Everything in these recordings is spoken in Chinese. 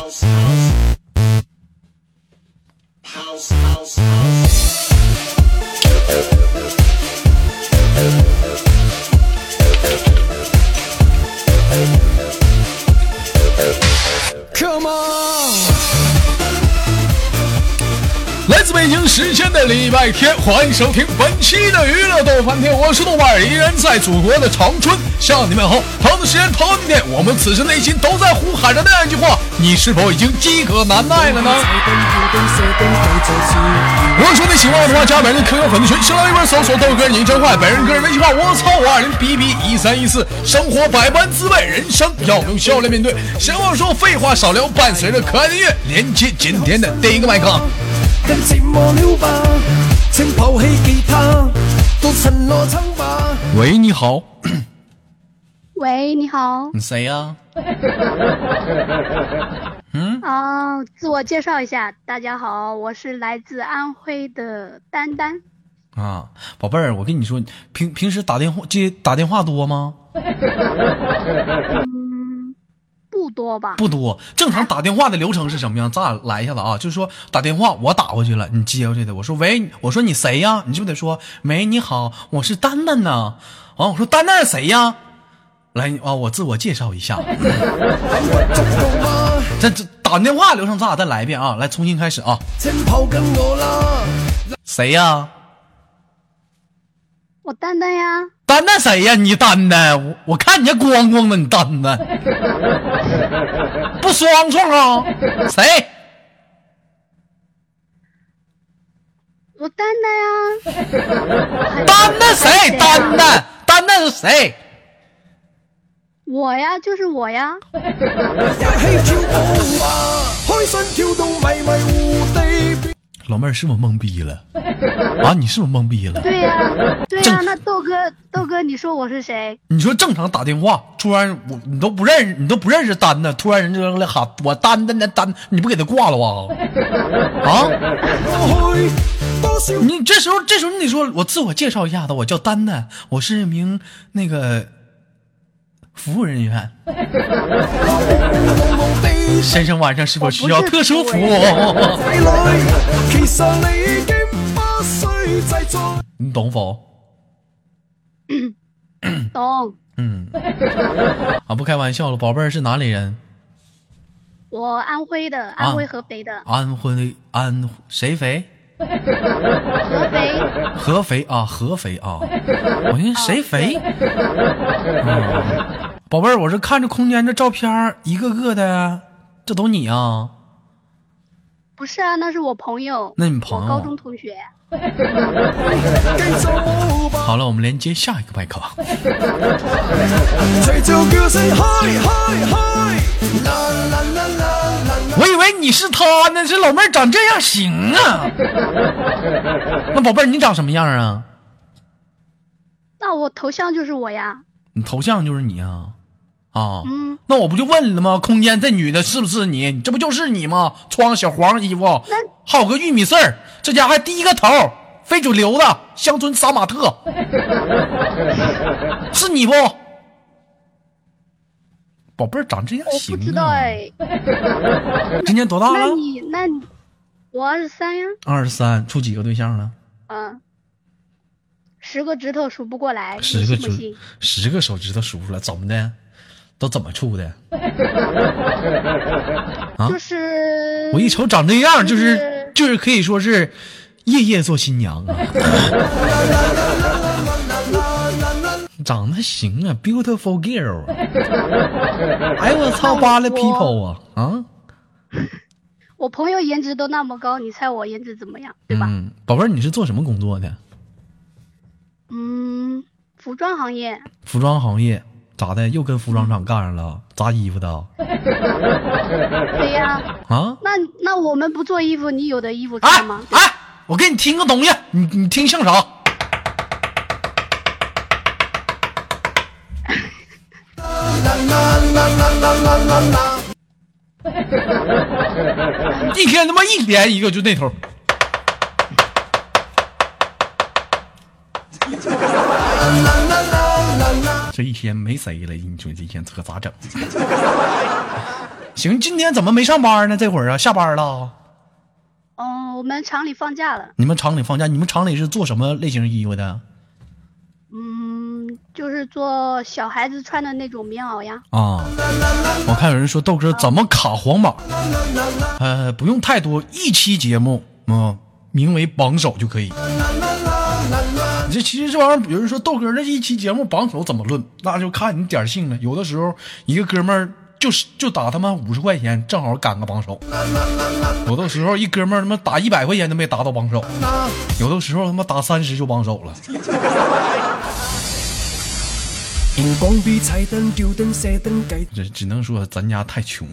来自北京时间的礼拜天，欢迎收听本期的娱乐逗翻天，我是豆瓣，依然在祖国的长春向你们好。同的时间同一点，我们此时内心都在呼喊着那样一句话，你是否已经饥渴难耐了呢？如果说你喜欢我的话，加本人 QQ 粉丝群，新浪微博搜索豆哥你真坏，本人个人微信号我操520BB1314，生活百般滋味，人生要用笑来面对。闲话说废话少聊，伴随着可爱的音乐，连接今天的第一个麦克。喂，你好。 喂，你好。 你谁呀？ 自我介绍一下，大家好，我是来自安徽的丹丹。 啊，宝贝儿，我跟你说，平时打电话多吗？ 不多吧？ 不多。正常打电话的流程是什么样？咱俩来一下子啊，就是说打电话我打过去了，你接过去的。我说喂，我说你谁呀？你是不是得说喂你好，我是丹丹呐。我说丹丹是谁呀？来我自我介绍一下。这打电话流程咱俩再来一遍啊，来重新开始啊。谁呀？ 我丹丹呀。 丹丹谁呀？你丹丹，我看你家光光的，你丹丹不双重啊？谁？ 我丹丹呀。 丹丹谁？丹丹是谁？ 我呀，就是我呀。 老妹儿是不是懵逼了啊？你是不是懵逼了？ 对呀，那豆哥，你说我是谁？ 你说正常打电话，突然你都不认识丹丹，突然人就来喊我丹丹，你不给他挂了啊？啊？你这时候你得说，我自我介绍一下子，我叫丹丹，我是一名那个服务人员。先生晚上是否需要特殊服务？你懂否？ 懂。 不开玩笑了，宝贝儿是哪里人？ 我安徽的，安徽合肥的。谁肥？合肥啊，合肥啊！我寻思谁肥？宝贝儿，我是看着空间这照片一个个的，这都你啊？不是啊，那是我朋友。 那你朋友？ 我高中同学。 好了，我们连接下一个麦克。我以为你是他呢，这老妹儿长这样行啊？那宝贝儿，你长什么样啊？ 那我头像就是我呀。 你头像就是你啊？那我不就问了吗？空间这女的是不是你？这不就是你吗？穿小黄衣服，还有个玉米丝儿，这家还低个头，非主流的乡村杀马特，是你不？宝贝儿长这样行啊？ 我不知道哎。 今年多大了？ 那你我23呀。 23，处几个对象了 ？10个指头数不过来 ，10个手指头数出来，怎么的？都怎么处的？ 就是我一瞅长这样，就是可以说是夜夜做新娘啊。长得行啊 ，beautiful girl。哎我操，巴了 people 啊！ 我朋友颜值都那么高，你猜我颜值怎么样？对吧？ 宝贝儿，你是做什么工作的？ 服装行业。 服装行业咋的？又跟服装厂干上了？砸衣服的？ 对呀。那我们不做衣服，你有的衣服穿吗？ 我给你听个东西，你听像啥？一天他妈一连一个就那头。这一天没谁了，你说这一天可咋整？ 行，今天怎么没上班呢？这会儿啊，下班了。 我们厂里放假了。 你们厂里放假？你们厂里是做什么类型衣服的？ 就是做小孩子穿的那种棉袄呀。 啊，我看有人说豆哥怎么卡黄马？不用太多，一期节目名为榜首就可以。这其实这玩意儿，有人说豆哥这一期节目榜首怎么论？那就看你点性了。有的时候一个哥们儿就打他妈50块钱，正好赶个榜首；有的时候一哥们儿他妈打100块钱都没达到榜首；有的时候他妈打30就榜首了。这只能说咱家太穷。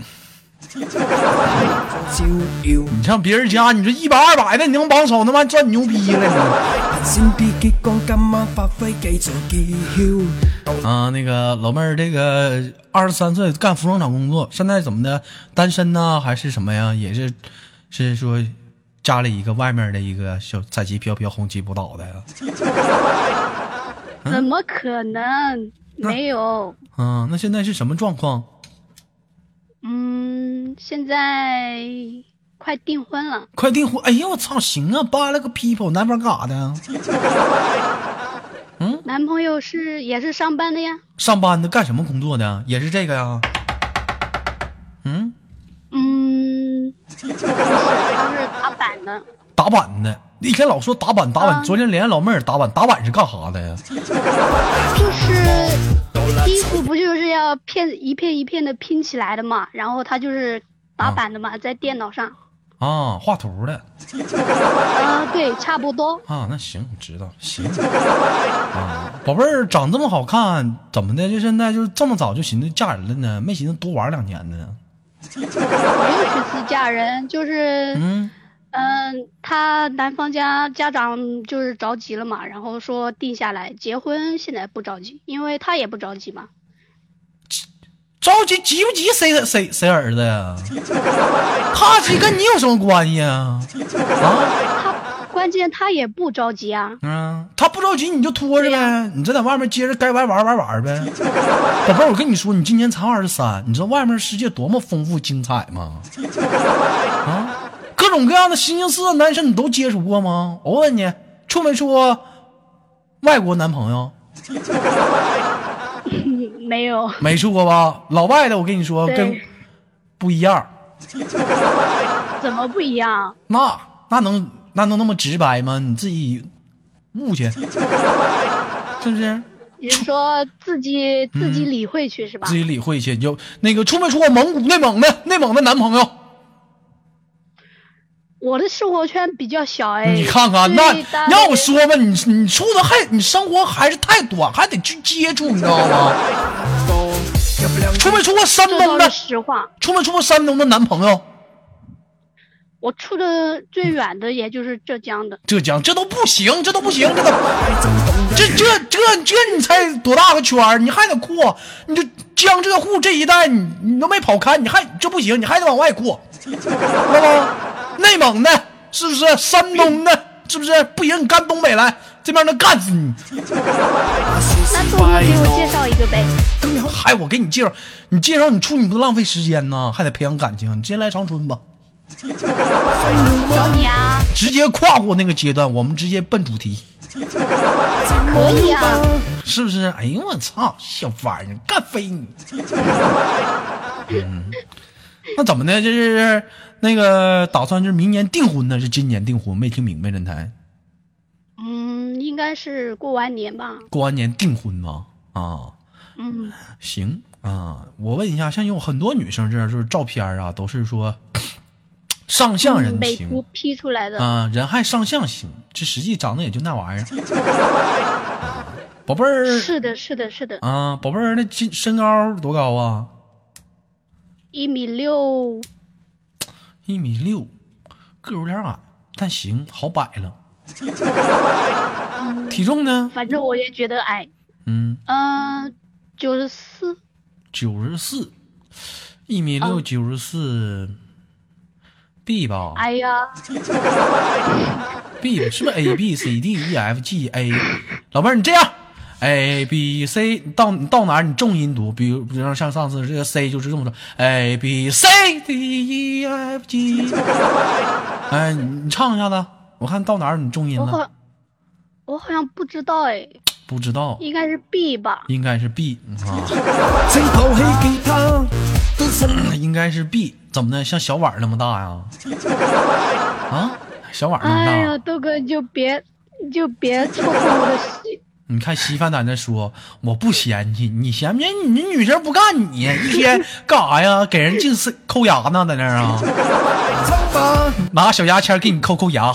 你上别人家，你说100、200的，你能榜首，他妈赚牛逼了你！那个老妹儿，这个23岁干服装厂工作，现在怎么的？单身呢，还是什么呀？也是说家里一个外面的一个小彩旗飘飘、红旗不倒的呀？ 怎么可能？没有。 那现在是什么状况？ 现在快订婚了。 快订婚？哎呀，我操，行啊，扒了个 people， 男方干啥的？ 男朋友也是上班的呀。 上班的，干什么工作的？也是这个呀？ 不是，他是打板的。 打板的，一天老说打板。昨天连老妹儿打板是干啥的呀？ 就是衣服不就是要一片一片的拼起来的嘛，然后他就是打板的嘛，在电脑上画图的。 对，差不多。 那行，我知道。行。宝贝儿长这么好看，怎么的？就现在就这么早就寻思嫁人了呢？没寻思多玩2年呢？ 没有寻思嫁人，就是他男方家长就是着急了嘛，然后说定下来结婚，现在不着急，因为他也不着急嘛。 着急急不急？谁儿子呀？他急跟你有什么关系啊？ 关键他也不着急啊。 他不着急你就拖着呗，你这在外面接着该玩呗。宝贝儿，我跟你说，你今年才23，你知道外面世界多么丰富精彩吗？各种各样的形形色色的男生你都接触过吗？我问你，处没处过外国男朋友？ 没有。 没处过吧？老外的我跟你说跟不一样。 怎么不一样？ 那能那么直白吗？你自己悟去，是不是？ 你是说自己理会去是吧？ 自己理会去。有那个出没出过蒙古内蒙的男朋友？ 我的生活圈比较小你看看，那要我说吧，你处的你生活还是太短，还得去接触，你知道吗？出没出过山东的？ 实话。出没出过山东的男朋友？ 我处的最远的也就是浙江的。 浙江这都不行，这你才多大个圈，你还得扩，你就江浙沪这一带你都没跑开，你还这不行，你还得往外扩，知道吗？内蒙的是不是？山东的是不是？不行，你干东北来，这边能干死你。 那东哥给我介绍一个呗。 我给你介绍，你处你不浪费时间呢，还得培养感情，你直接来长春吧。 找你啊！ 直接跨过那个阶段，我们直接奔主题。 可以啊， 是不是？哎呦我操，小玩意儿干飞你！那怎么的？这是那个打算是明年订婚呢，是今年订婚？没听明白人台。 应该是过完年吧。 过完年订婚吗？行啊。我问一下，像有很多女生这样，就是照片啊，都是说上相人行， 美图 P 出来的人还上相行，这实际长得也就那玩意儿。宝贝儿， 是的宝贝儿，那身高多高啊 ？1.6米。 1.6米，个有点矮，但行，好摆了。体重呢？ 反正我也觉得矮。94。 1.6米94。B 吧？ 哎呀 ，B 是不是 A B C D E F G A？ 老妹儿，你这样， A B C， 到哪儿你重音读，比如像上次这个 C 就是这么说 A B C D E F G。哎，你唱一下子，我看到哪儿你重音了？ 我好像不知道哎。 不知道， 应该是 B 吧？ 应该是 B 啊。应该是 B， 怎么的？像小碗那么大呀？啊，小碗那么大。 哎呀，豆哥你就别戳破我的心。 你看稀饭在那说我不嫌弃，你嫌不嫌你女生不干你一天干啥呀？给人净是抠牙呢，在那儿啊，拿小牙签给你抠牙。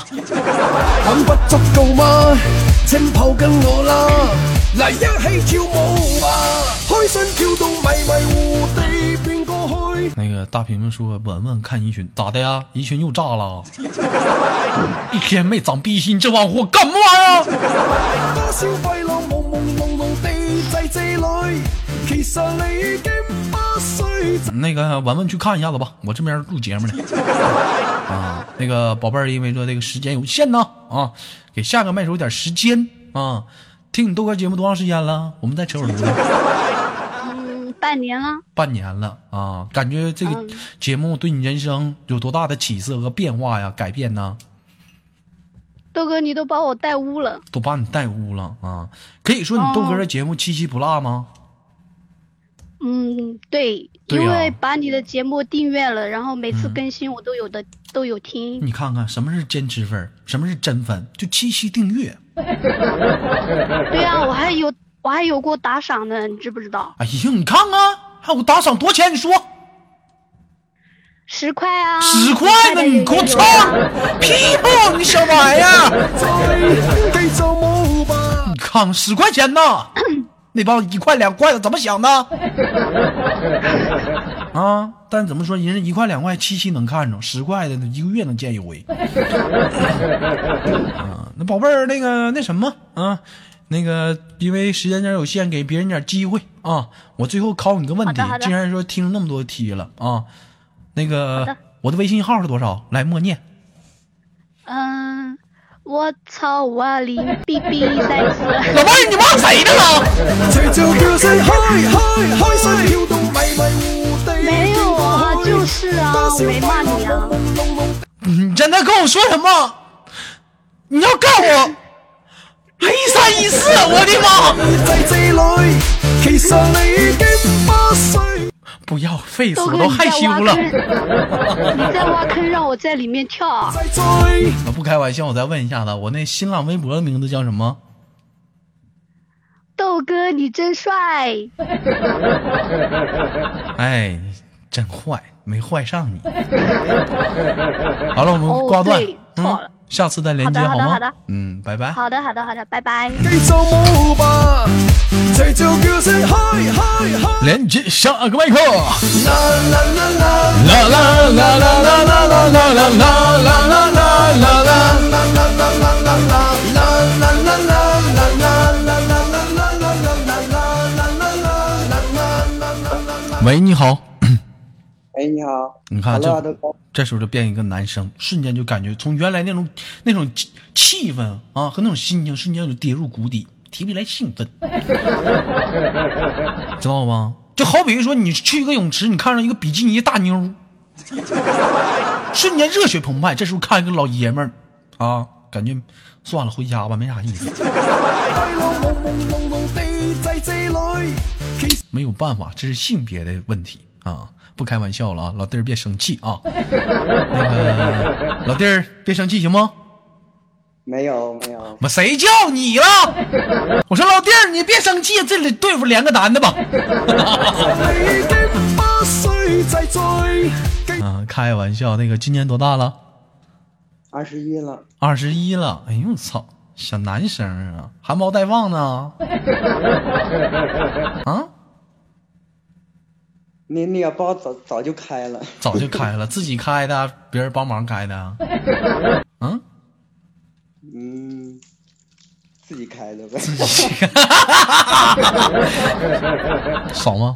来一起跳舞啊，開心跳到迷迷糊地變過去。那個大屏幕說文文看一群咋的呀？一群又炸了，一天沒長逼心，這玩火幹嘛呀？多少廢浪朦朦朧朧地在這裏，其實你已經不需。那個文文去看一下子吧，我這邊錄節目呢。啊，那個寶貝兒，因為說這個時間有限呢，啊，給下個麥手點時間啊。聽你豆哥節目多長時間了？我們在扯會兒了。 半年了。 半年了啊！感覺這個節目對你人生有多大的起色和變化呀？改變呢？ 豆哥，你都把我帶污了。 都把你帶污了啊！可以說你豆哥的節目七七不落嗎？ 對，因為把你的節目訂閱了，然後每次更新我都有聽。 你看看什麼是堅持粉，什麼是真粉，就七夕訂閱。 對啊，我還有過打賞的，你知不知道？ 哎呀，你看看，還有打賞多少錢？你說 10塊啊 ！10塊呢？你給我唱屁股，你小玩意兒！你看10塊錢呢？那幫1塊2塊的怎麼想的？啊！但怎麼說，人家1塊2塊七夕能看着，10塊的1個月能見一回。啊，那寶貝兒，那什麼啊，那個因為時間點有限，給別人點機會啊。我最後考你個問題，既然說聽了那麼多題了啊，那個我的微信號是多少？來默念。 我操50BB34。 老妹儿，你罵誰呢了？ 沒有啊，就是啊，我沒罵你啊。 你真的跟我說什麼？你要告我黑314，我的媽！不要，废死我都害羞了。 你在挖坑，让我在裡面跳啊！ 我不開玩笑，我再問一下子，我那新浪微博的名字叫什麼？ 豆哥，你真帥！ 哎，真壞，沒壞上你。好了，我們掛斷。 錯了。 下次再連接好嗎？ 好的， 拜拜。 好的，拜拜。 連接下個麥克。喂，你好。 哎，你好， 你看这时候就变一个男生，瞬间就感觉从原来那种气氛啊和那种心情，瞬间就跌入谷底，提不起来兴奋，知道吗？就好比说你去一个泳池，你看上一个比基尼大妞，瞬间热血澎湃。这时候看一个老爷们儿啊，感觉算了，回家吧，没啥意思。没有办法，这是性别的问题啊。不开玩笑了啊，老弟儿别生气啊。那个老弟儿别生气行吗？ 没有， 我谁叫你了？我说老弟儿你别生气，这里对付连个男的吧。啊，开玩笑。那个今年多大了 ？21了。 21了，哎呦操，小男生啊，含苞待放呢。啊？ 那个包早就开了， 早就开了，自己开的，别人帮忙开的。 自己开的呗。 自己开。爽吗？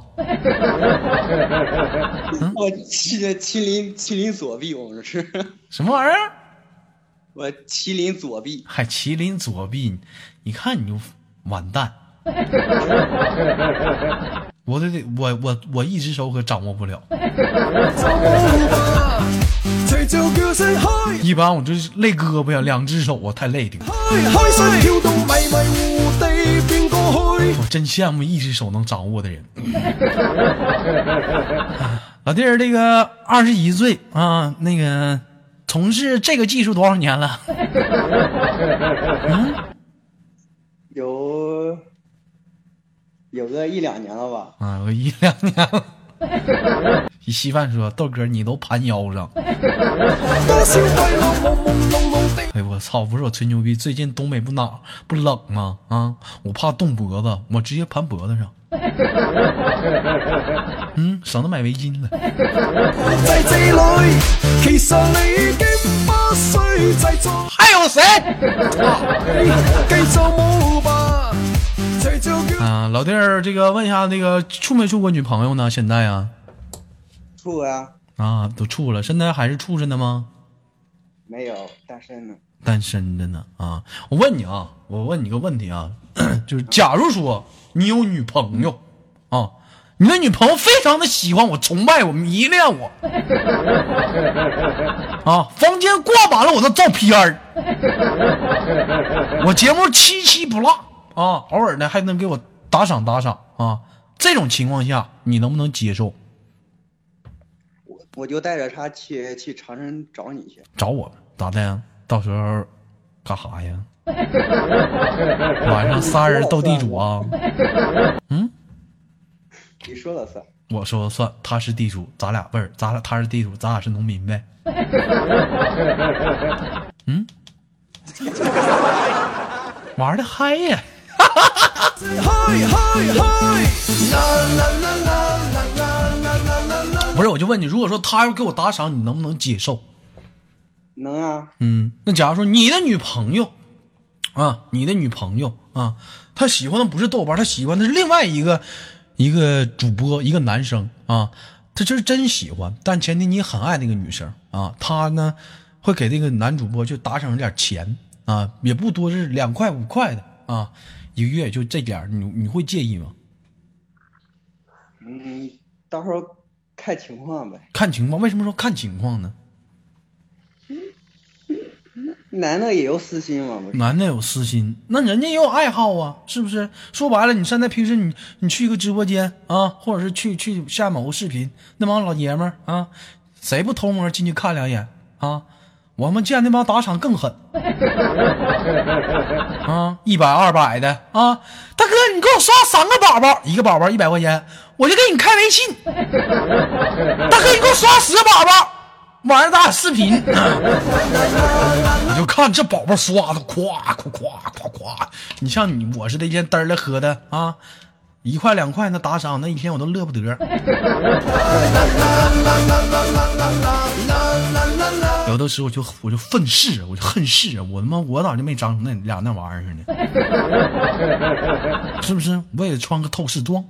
我麒麟左臂，我们是什么玩意儿？ 我麒麟左臂， 还麒麟左臂，你看你就完蛋我一只手可掌握不了。一般我这累胳膊呀，2只手啊太累的。我真羡慕一只手能掌握的人。老弟儿，这个21岁啊，那个从事这个技术多少年了？ 有个1-2年了吧？ 啊，有1-2年了。稀饭说：“豆哥，你都盘腰上。”哎我操！不是我吹牛逼，最近东北不冷吗？啊，我怕冻脖子，我直接盘脖子上。省得买围巾了。还有谁？啊，老弟儿，这个问一下，那个处没处过女朋友呢？现在啊， 处啊。 啊，都处了，现在还是处着呢吗？ 没有，单身呢。 单身的呢啊！我问你个问题啊，就是假如说你有女朋友啊，你的女朋友非常的喜欢我、崇拜我、迷恋我啊，房间挂满了我的照片我节目期期不落啊，偶尔呢还能给我打赏啊，这种情况下你能不能接受？ 我就带着他去长春找你去。 找我咋的呀？到时候干啥呀？晚上仨人斗地主啊？ 你说了算。 我说了算，他是地主，咱俩不是，他是地主，咱俩是农民呗。玩的嗨呀！不是，我就问你，如果说他要给我打赏，你能不能接受？ 能啊。 那假如说你的女朋友啊，她喜欢的不是豆瓣，她喜欢的是另外一个主播，一个男生啊，她就是真喜欢，但前提你很爱那个女生啊，她呢会给这个男主播就打赏点钱啊，也不多，是2块5块的啊，一个月就这点，你会介意吗？ 到时候看情况呗。 看情况？为什么说看情况呢？ 男的也有私心嘛？ 男的有私心，那人家也有爱好啊，是不是？说白了，你现在平时你去一个直播间啊，或者是去下某个视频，那帮老爷们儿啊，谁不偷摸进去看2眼啊？我们见那帮打赏更狠啊，100、200的啊！大哥，你给我刷3个宝宝，一个宝宝100块钱，我就给你开微信。大哥，你给我刷10个宝宝，晚上咱俩视频。你就看这宝宝刷的，夸，你像我是那天嘚儿了喝的啊，1块2块那打赏，那一天我都乐不得。有的时候我就愤世，我就恨世，我咋就没长成那玩意儿呢？是不是？我也穿个透视装。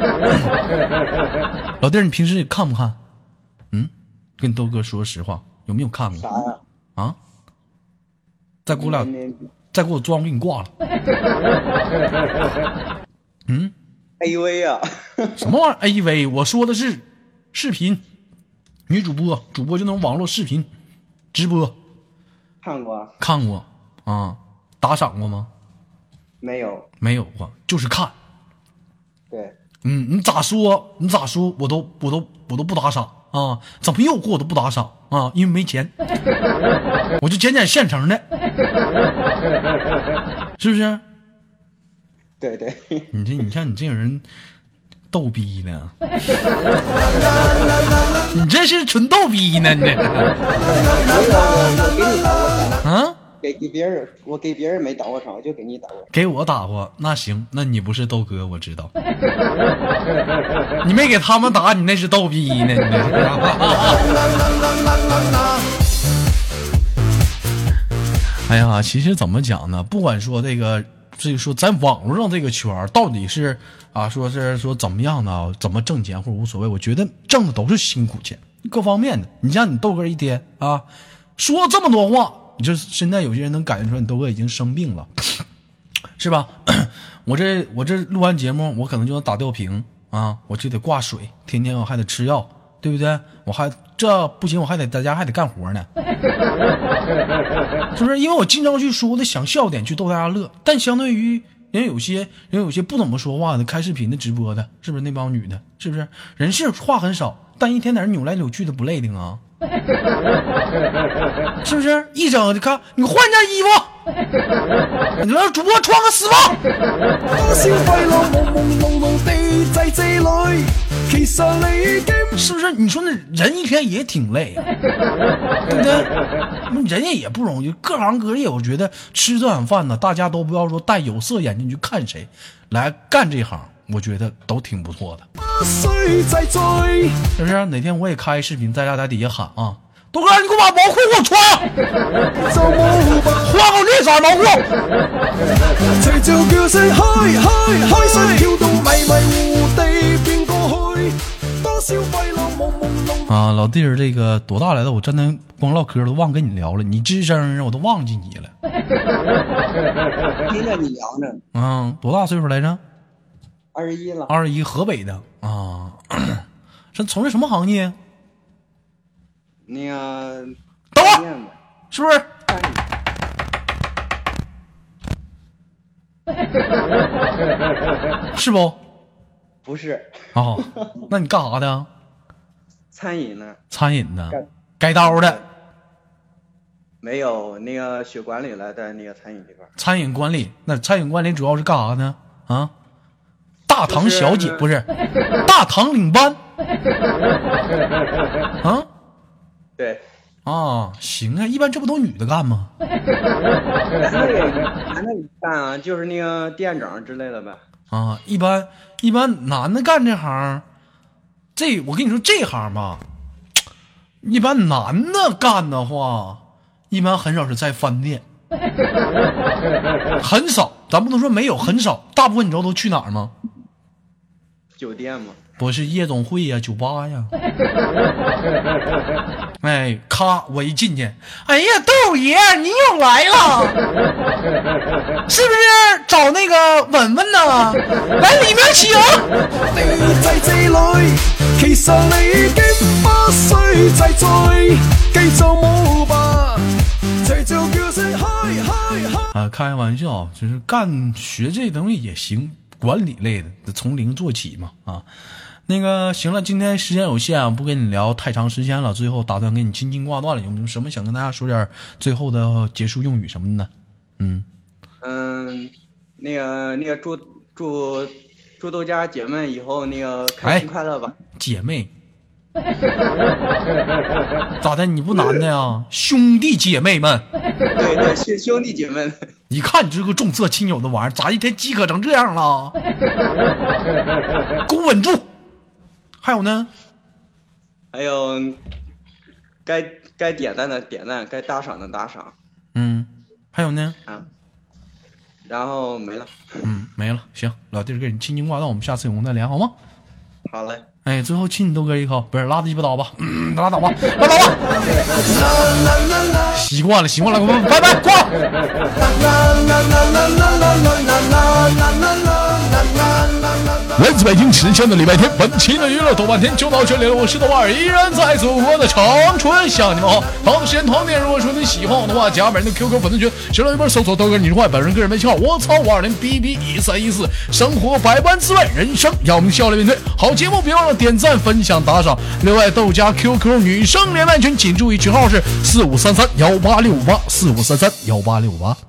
老弟儿，你平时也看不看？跟豆哥说实话，有没有看过？ 啥呀？ 啊？再给我装，给你挂了。 AV 啊？ 什么玩意儿 AV？ 我说的是视频，女主播就能网络视频直播。看过啊？打赏过吗？没有过，就是看。 对。 你咋说我都不打赏啊，怎么诱惑我都不打赏啊，因为没钱。我就捡现成的。是不是？ 对。 你看你这种人逗逼呢。你这是纯逗逼呢，你这。啊？我给别人没打过赏，我就给你打过。给我打过，那行，那你不是逗哥，我知道。你没给他们打，你那是逗逼呢，你这是。哎呀，其实怎么讲呢？不管说这个说在网络上这个圈到底是啊，说怎么样的，怎么挣钱或者无所谓，我觉得挣的都是辛苦钱，各方面的。你像你豆哥一天啊，说这么多话。你就现在有些人能感觉出来，你豆哥已经生病了，是吧？ 我这录完节目，我可能就能打吊瓶啊，我就得挂水，天天我还得吃药，对不对？我还这不行，我还得在家还得干活呢，是不是？因为我经常去说，我得想笑点去逗大家乐，但相对于人有些不怎么说话的，开视频的直播的，是不是那帮女的？是不是人是话很少，但一天在那扭来扭去的不累的啊？是不是？一整就看你换件衣服。你让主播穿个丝袜。是不是？你说那人一天也挺累啊，对不对？人家也不容易，各行各业，我觉得吃这碗饭呢，大家都不要说戴有色眼镜去看谁来干这行，我觉得都挺不错的。是不是？哪天我也开视频，在家在底下喊啊！豆哥，你给我把毛裤给我穿，换个绿色毛裤。啊，老弟儿，这个多大来了？我真的光唠嗑都忘跟你聊了，你吱声我都忘记你了。 听着你聊呢。 多大岁数来着 ？21了。 21，河北的啊。是从事什么行业？ 那个等会儿，是不是？是不？ 不是。 哦，那你干啥的？ 餐饮呢？ 餐饮的，改刀的。 没有，那个学管理来的那个餐饮这块。 餐饮管理，那餐饮管理主要是干啥呢？啊？大堂小姐、不是？大堂领班。啊？ 对。 啊，行啊，一般这不都女的干吗？ 男的干啊，就是那个店长之类的呗。 啊，一般男的干这行，我跟你说这行吧，一般男的干的话，一般很少是在饭店，很少，咱不能说没有，很少，大部分你知道都去哪儿吗？ 酒店吗？ 不是夜总会呀、酒吧呀。哎，咔，我一进去，哎呀，豆爷你又来了，是不是找那个文文呢？来里面请。啊，开玩笑，就是学这东西也行，管理类的，从零做起嘛啊。那个行了，今天时间有限，不跟你聊太长时间了，最后打算给你轻轻挂断了，有没有什么想跟大家说点最后的结束用语什么的？ 那个祝豆家姐妹以后那个开心快乐吧。 姐妹咋的？你不男的呀？兄弟姐妹们。 对，兄弟姐妹。 你看你这个重色轻友的玩意儿，咋一天饥渴成这样了？给我稳住！还有呢？ 还有该点赞的点赞，该打赏的打赏。 还有呢？ 然后没了。 没了。行，老弟儿给你轻轻挂断，我们下次有空再聊好吗？ 好嘞。 哎，最后亲你豆哥一口，不是拉鸡巴倒吧？拉倒吧。习惯了，拜拜，挂了。来自北京时间的礼拜天，本期的娱乐豆瓣天就到这里了。我是豆瓣，依然在祖国的长春向你们好。同时间同点，如果说你喜欢我的话，加本人的 QQ 粉丝群，新浪微博搜索豆哥你是坏，本人个人微信号我操520BB1314。生活百般滋味，人生要我们笑脸面对。好节目别忘了点赞、分享、打赏。另外，豆家 QQ 女生连麦群，请注意群号是453318658453318658。